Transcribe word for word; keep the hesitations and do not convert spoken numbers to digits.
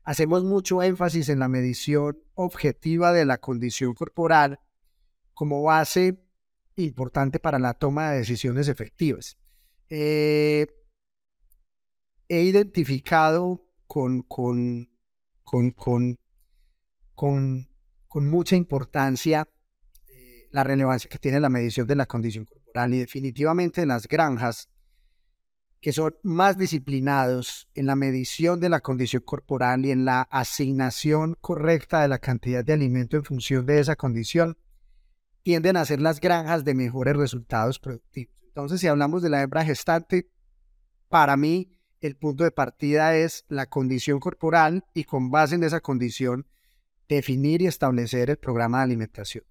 hacemos mucho énfasis en la medición objetiva de la condición corporal como base importante para la toma de decisiones efectivas. Eh, he identificado con, con, con, con, con, con mucha importancia eh, la relevancia que tiene la medición de la condición corporal, y definitivamente en las granjas, que son más disciplinados en la medición de la condición corporal y en la asignación correcta de la cantidad de alimento en función de esa condición, tienden a ser las granjas de mejores resultados productivos. Entonces, si hablamos de la hembra gestante, para mí el punto de partida es la condición corporal y con base en esa condición definir y establecer el programa de alimentación.